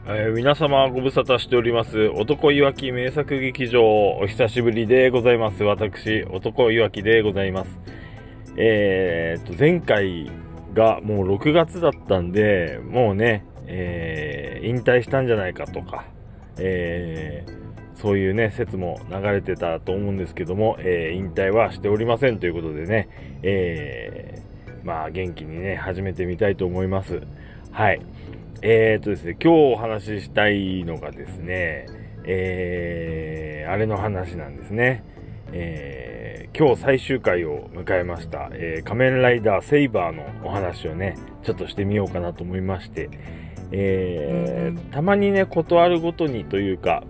皆様ご無沙汰しております男いわき名作劇場、お久しぶりでございます。私男いわきでございます。前回がもう6月だったんで、もうね、引退したんじゃないかとか、そういうね説も流れてたと思うんですけども、引退はしておりませんということでね、元気にね始めてみたいと思います。はい。ですね、今日お話ししたいのがですね、あれの話なんですね。今日最終回を迎えました、仮面ライダーセイバーのお話をね、ちょっとしてみようかなと思いまして、たまにね、ことあるごとにというか、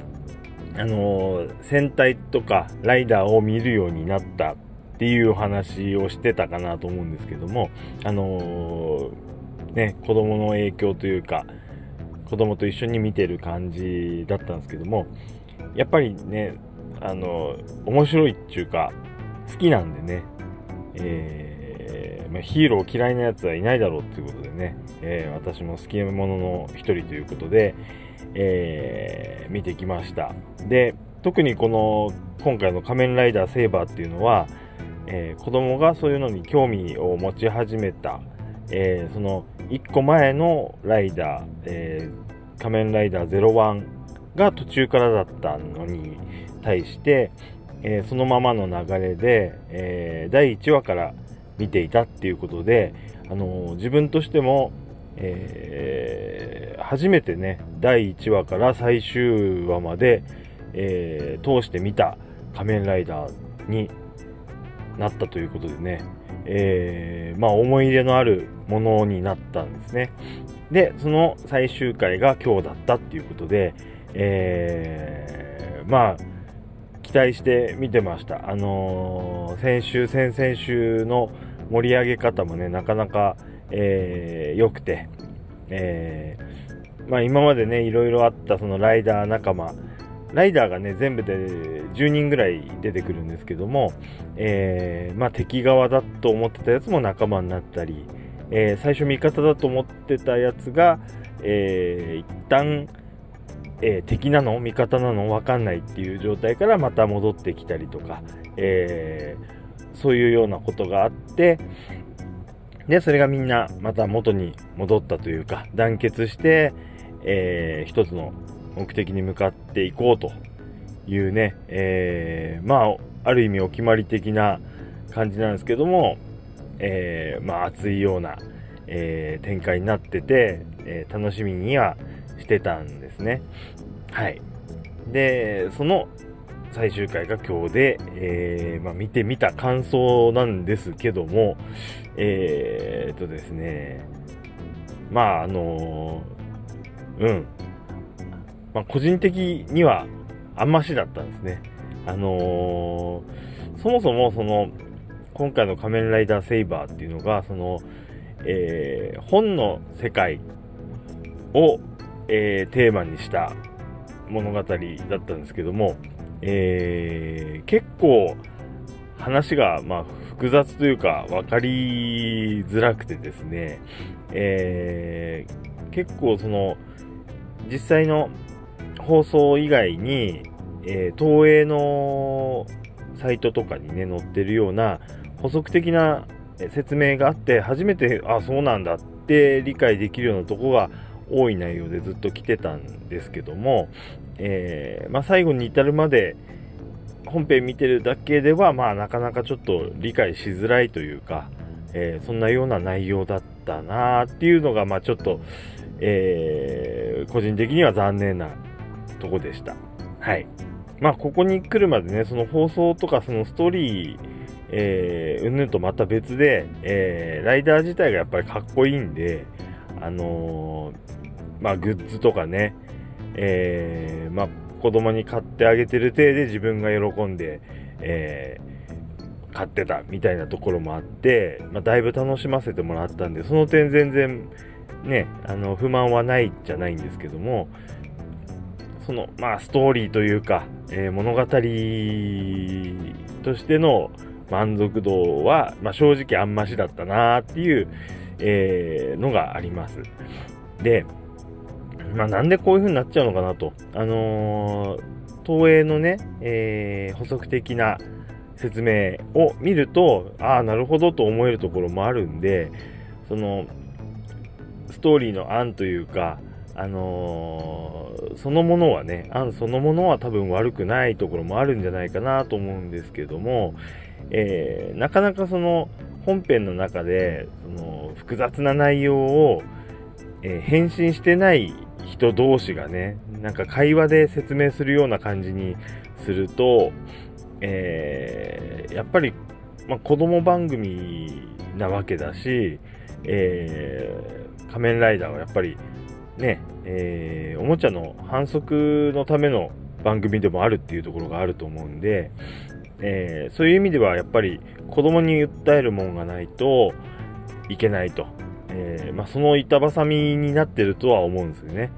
戦隊とかライダーを見るようになったっていうお話をしてたかなと思うんですけども、子供の影響というか、子供と一緒に見てる感じだったんですけども、やっぱりね、面白いっていうか、好きなんでね、ヒーロー嫌いなやつはいないだろうっていうことでね、私も好きなものの一人ということで、見てきました。で、特に今回の仮面ライダーセイバーっていうのは、子供がそういうのに興味を持ち始めた、その1個前のライダー、仮面ライダー01が途中からだったのに対して、そのままの流れで、第1話から見ていたっていうことで、自分としても、初めてね第1話から最終話まで、通して見た仮面ライダーになったということでね、思い入れのあるものになったんですね。で、その最終回が今日だったっていうことで、期待して見てました。先々週の盛り上げ方もね、なかなか良くて、今までねいろいろあったそのライダー仲間、ライダーがね全部で10人ぐらい出てくるんですけども、敵側だと思ってたやつも仲間になったり、最初味方だと思ってたやつが、一旦、敵なの味方なの分かんないっていう状態からまた戻ってきたりとか、そういうようなことがあって、でそれがみんなまた元に戻ったというか、団結して、一つの目的に向かっていこうというね、ある意味お決まり的な感じなんですけども、熱いような、展開になってて、楽しみにはしてたんですね。はい。で、その最終回が今日で、見てみた感想なんですけども、ですね、個人的にはあんましだったんですね。そもそも今回の仮面ライダーセイバーっていうのが本の世界を、テーマにした物語だったんですけども、結構話が複雑というか分かりづらくてですね、結構実際の放送以外に、東映のサイトとかにね載ってるような補足的な説明があって、初めてそうなんだって理解できるようなとこが多い内容でずっと来てたんですけども、最後に至るまで本編見てるだけではなかなかちょっと理解しづらいというか、そんなような内容だったなっていうのがちょっと、個人的には残念なとこでした。はい。ここに来るまでね、その放送とかそのストーリー、うんぬんとまた別で、ライダー自体がやっぱりかっこいいんで、グッズとかね、子供に買ってあげてる体で自分が喜んで、買ってたみたいなところもあって、だいぶ楽しませてもらったんで、その点全然ね、不満はないじゃないんですけども、ストーリーというか、物語としての満足度は、正直あんましだったなっていう、のがあります。で、 なんでこういう風になっちゃうのかなと。東映のね、補足的な説明を見ると、なるほどと思えるところもあるんで、そのストーリーの案というか、そのものはね、案そのものは多分悪くないところもあるんじゃないかなと思うんですけども、なかなかその本編の中でその複雑な内容を、返信してない人同士がね、なんか会話で説明するような感じにすると、やっぱり、子供番組なわけだし、仮面ライダーはやっぱりね、おもちゃの反則のための番組でもあるっていうところがあると思うんで、そういう意味ではやっぱり子供に訴えるもんがないといけないと、その板挟みになってるとは思うんですよね。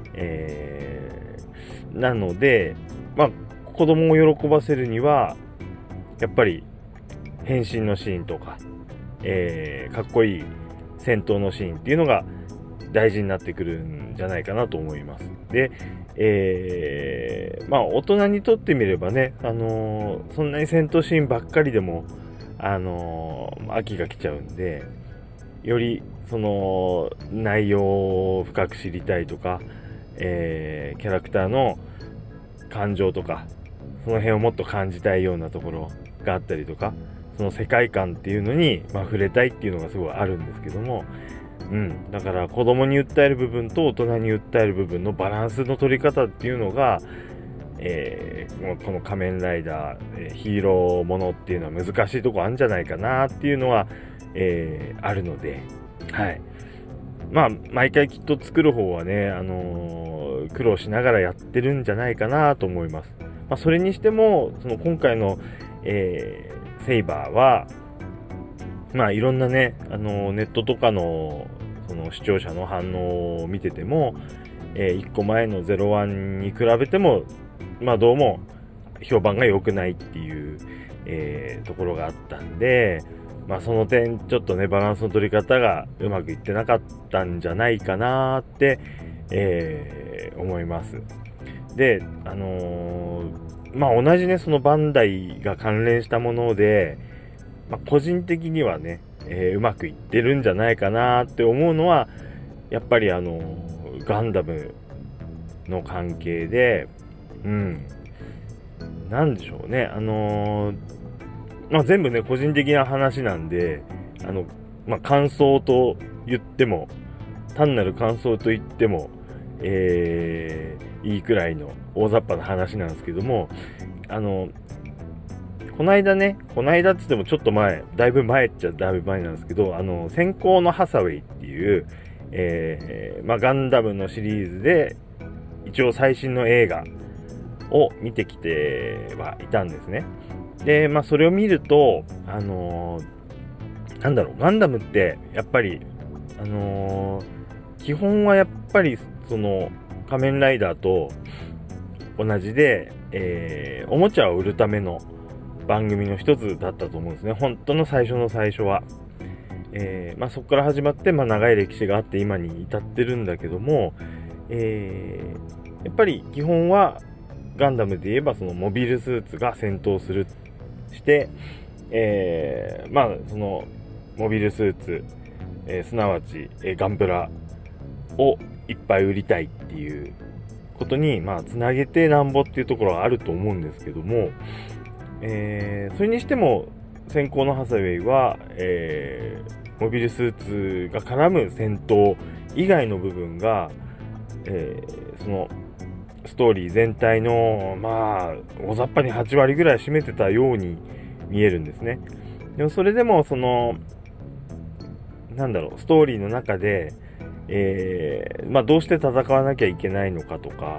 なので、子供を喜ばせるにはやっぱり変身のシーンとか、かっこいい戦闘のシーンっていうのが大事になってくるんじゃないかなと思います。で、大人にとってみればね、そんなに戦闘シーンばっかりでも、飽きが来ちゃうんで、よりその内容を深く知りたいとか、キャラクターの感情とか、その辺をもっと感じたいようなところがあったりとか、その世界観っていうのに、触れたいっていうのがすごいあるんですけども、だから子供に訴える部分と大人に訴える部分のバランスの取り方っていうのが、この仮面ライダー、ヒーローものっていうのは難しいとこあるんじゃないかなっていうのは、あるので、はい。毎回きっと作る方はね、苦労しながらやってるんじゃないかなと思います。それにしても、その今回の、セイバーは、いろんなね、ネットとかの、その視聴者の反応を見てても、1個前の01に比べても、どうも評判が良くないっていう、ところがあったんで、その点ちょっとねバランスの取り方がうまくいってなかったんじゃないかなって、思います。で、同じねそのバンダイが関連したもので、個人的にはね、うまくいってるんじゃないかなって思うのはやっぱりガンダムの関係で、なんでしょうね、全部ね個人的な話なんで、感想と言っても単なる感想と言っても、いいくらいの大雑把な話なんですけども、こないだっつってもちょっと前、だいぶ前っちゃだいぶ前なんですけど、先行のハサウェイっていう、ガンダムのシリーズで一応最新の映画を見てきてはいたんですね。で、それを見ると、ガンダムってやっぱり、基本はやっぱりその仮面ライダーと同じで、おもちゃを売るための番組の一つだったと思うんですね。本当の最初の最初は。そこから始まって、長い歴史があって今に至ってるんだけども、やっぱり基本はガンダムで言えばそのモビルスーツが戦闘して、そのモビルスーツ、すなわち、ガンプラをいっぱい売りたいっていうことに、つなげてなんぼっていうところはあると思うんですけども、それにしても先行のハサウェイは、モビルスーツが絡む戦闘以外の部分が、そのストーリー全体の大雑把に8割ぐらい占めてたように見えるんですね。でもそれでもそのストーリーの中で、どうして戦わなきゃいけないのかとか、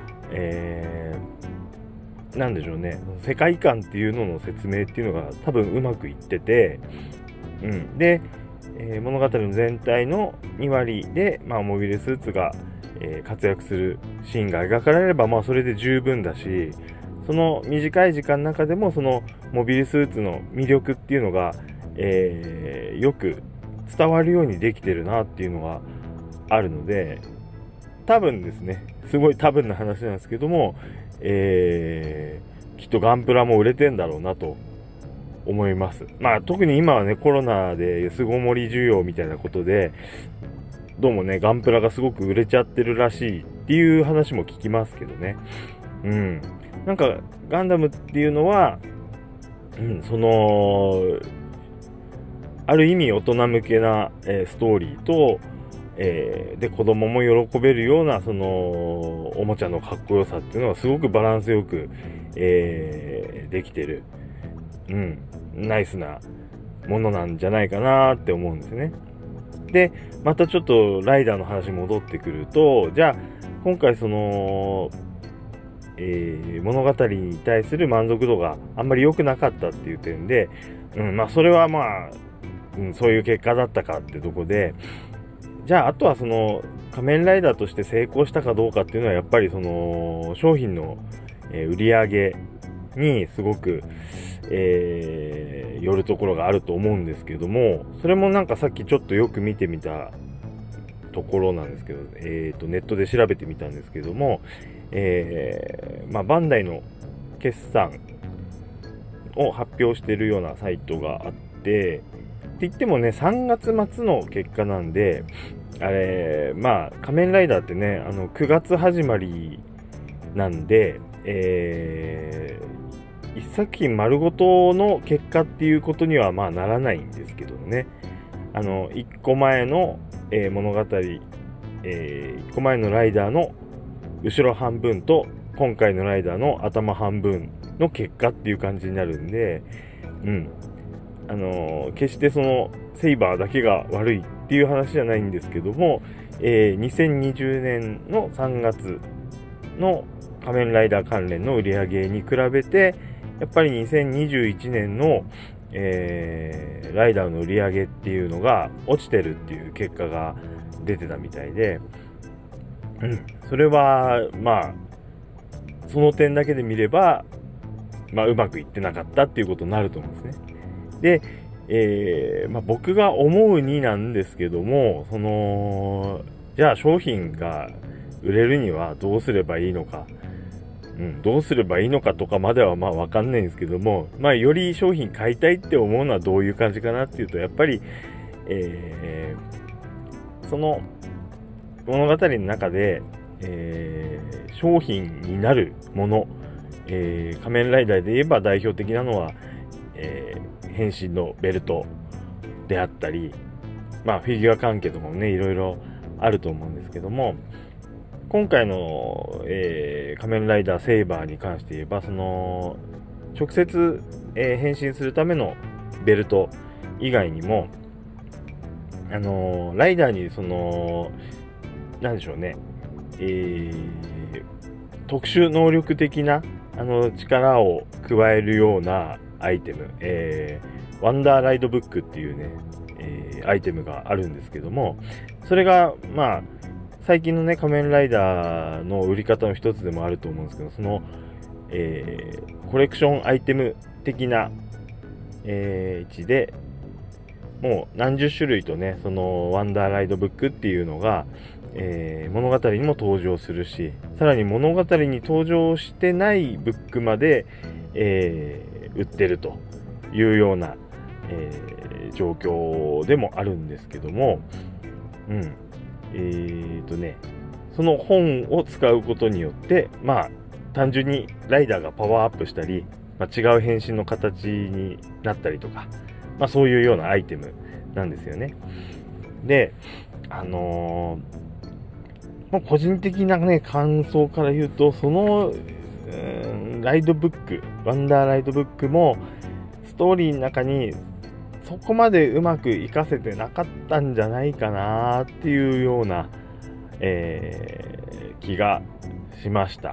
なんでしょうね、世界観っていうのの説明っていうのが多分うまくいってて、で、物語の全体の2割で、モビルスーツが、活躍するシーンが描かれれば、それで十分だし、その短い時間の中でもそのモビルスーツの魅力っていうのが、よく伝わるようにできてるなっていうのがあるので、 多分ですね、すごい多分な話なんですけども、きっとガンプラも売れてんだろうなと思います。まあ特に今はね、コロナで巣ごもり需要みたいなことで、どうもね、ガンプラがすごく売れちゃってるらしいっていう話も聞きますけどね。なんかガンダムっていうのは、ある意味大人向けな、ストーリーと、で子供も喜べるようなおもちゃのかっこよさっていうのがすごくバランスよく、できてる、ナイスなものなんじゃないかなって思うんですね。でまたちょっとライダーの話戻ってくると、じゃあ今回物語に対する満足度があんまり良くなかったっていう点で、それはそういう結果だったかってとこで、じゃああとは仮面ライダーとして成功したかどうかっていうのはやっぱり商品の、売り上げにすごく、よるところがあると思うんですけども、それもなんかさっきちょっとよく見てみたところなんですけど、ネットで調べてみたんですけども、バンダイの決算を発表しているようなサイトがあって、って言ってもね、3月末の結果なんで、仮面ライダーってね、9月始まりなんで、一作品丸ごとの結果っていうことにはならないんですけどね、1個前の、物語、1個前のライダーの後ろ半分と今回のライダーの頭半分の結果っていう感じになるんで、決してセイバーだけが悪いっていう話じゃないんですけども、2020年の3月の仮面ライダー関連の売り上げに比べてやっぱり2021年の、ライダーの売り上げっていうのが落ちてるっていう結果が出てたみたいで、それはその点だけで見れば、うまくいってなかったっていうことになると思うんですね。で、僕が思うになんですけども、じゃあ商品が売れるにはどうすればいいのか、どうすればいいのかとかまでは分かんないんですけども、より商品買いたいって思うのはどういう感じかなっていうと、やっぱり、その物語の中で、商品になるもの、仮面ライダーで言えば代表的なのは、変身のベルトであったり、フィギュア関係とかもねいろいろあると思うんですけども、今回の、仮面ライダーセイバーに関して言えば直接、変身するためのベルト以外にもライダーになんでしょうね、特殊能力的な力を加えるようなアイテム、ワンダーライドブックっていうね、アイテムがあるんですけども、それが最近のね仮面ライダーの売り方の一つでもあると思うんですけど、コレクションアイテム的な、位置でもう何十種類とねワンダーライドブックっていうのが、物語にも登場するし、さらに物語に登場してないブックまで、売ってるというような、状況でもあるんですけども、その本を使うことによって単純にライダーがパワーアップしたり、違う変身の形になったりとか、そういうようなアイテムなんですよね。で個人的なね感想から言うと、ライドブック、ワンダーライドブックもストーリーの中にそこまでうまく活かせてなかったんじゃないかなっていうような、気がしました。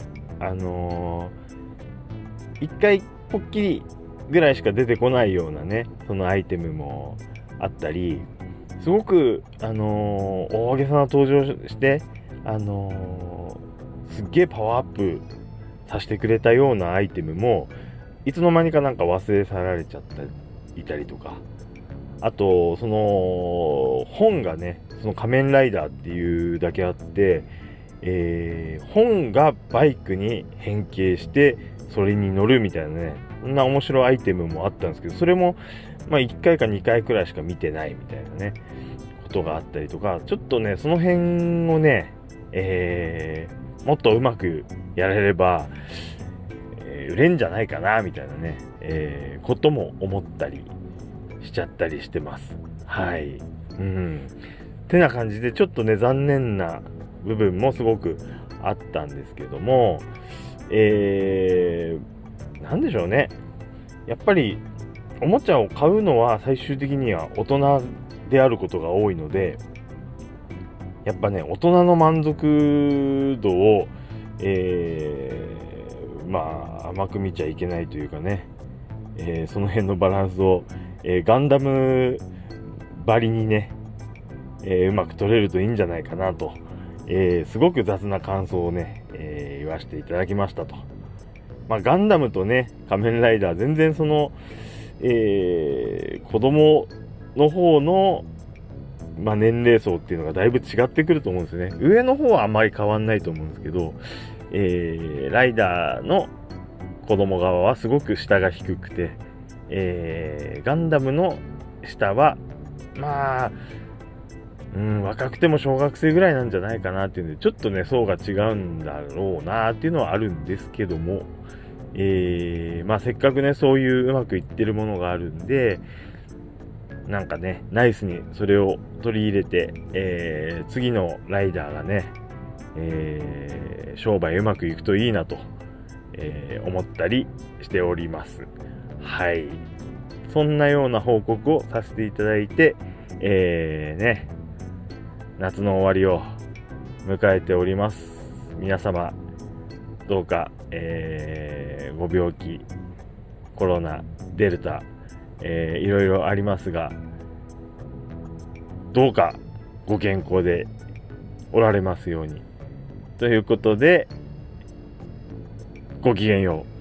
一回ポッキリぐらいしか出てこないようなねそのアイテムもあったり、すごく大げさな登場してすっげえパワーアップさせてくれたようなアイテムもいつの間にか忘れ去られちゃったいたりとか、あと本がね仮面ライダーっていうだけあって、 本がバイクに変形してそれに乗るみたいなね、そんな面白いアイテムもあったんですけど、それも1回か2回くらいしか見てないみたいなねことがあったりとか、ちょっとねその辺をね、もっとうまくやれれば、売れんじゃないかなみたいなね、ことも思ったりしちゃったりしてます。はい。てな感じで、ちょっとね残念な部分もすごくあったんですけども、なんでしょうね。やっぱりおもちゃを買うのは最終的には大人であることが多いので、やっぱね大人の満足度を、甘く見ちゃいけないというかね、その辺のバランスを、ガンダムばりにね、うまく取れるといいんじゃないかなと、すごく雑な感想をね、言わせていただきましたと。ガンダムとね仮面ライダー全然その、子供の方の、年齢層っていうのがだいぶ違ってくると思うんですよね。上の方はあんまり変わんないと思うんですけど、ライダーの子供側はすごく下が低くて、ガンダムの下は若くても小学生ぐらいなんじゃないかなっていうんで、ちょっとね層が違うんだろうなっていうのはあるんですけども、せっかくねそういううまくいってるものがあるんで、なんかねナイスにそれを取り入れて、次のライダーがね、商売うまくいくといいなと、思ったりしております。はい。そんなような報告をさせていただいて、夏の終わりを迎えております。皆様どうか、ご病気、コロナ、デルタ、いろいろありますが、どうかご健康でおられますようにということで、ごきげんよう。